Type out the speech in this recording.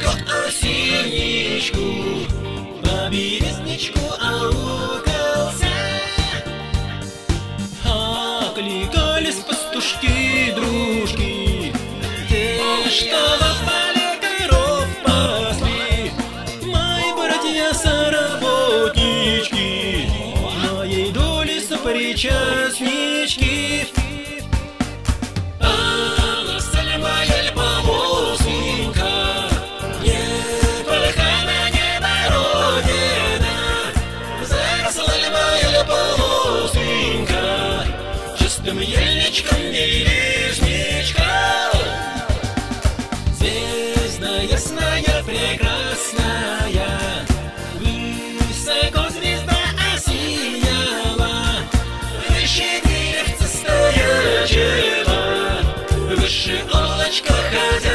только осенничку, по березничку аукался. Окликались пастушки-дружки, те, что в поле коров пасли. Мои братья-соработнички, моей доли сопричастнички. Чистым ельничком березничка, звездная, ясная, прекрасная, высоко звезда осияла, выше деревца стоячего, выше облачка ходя.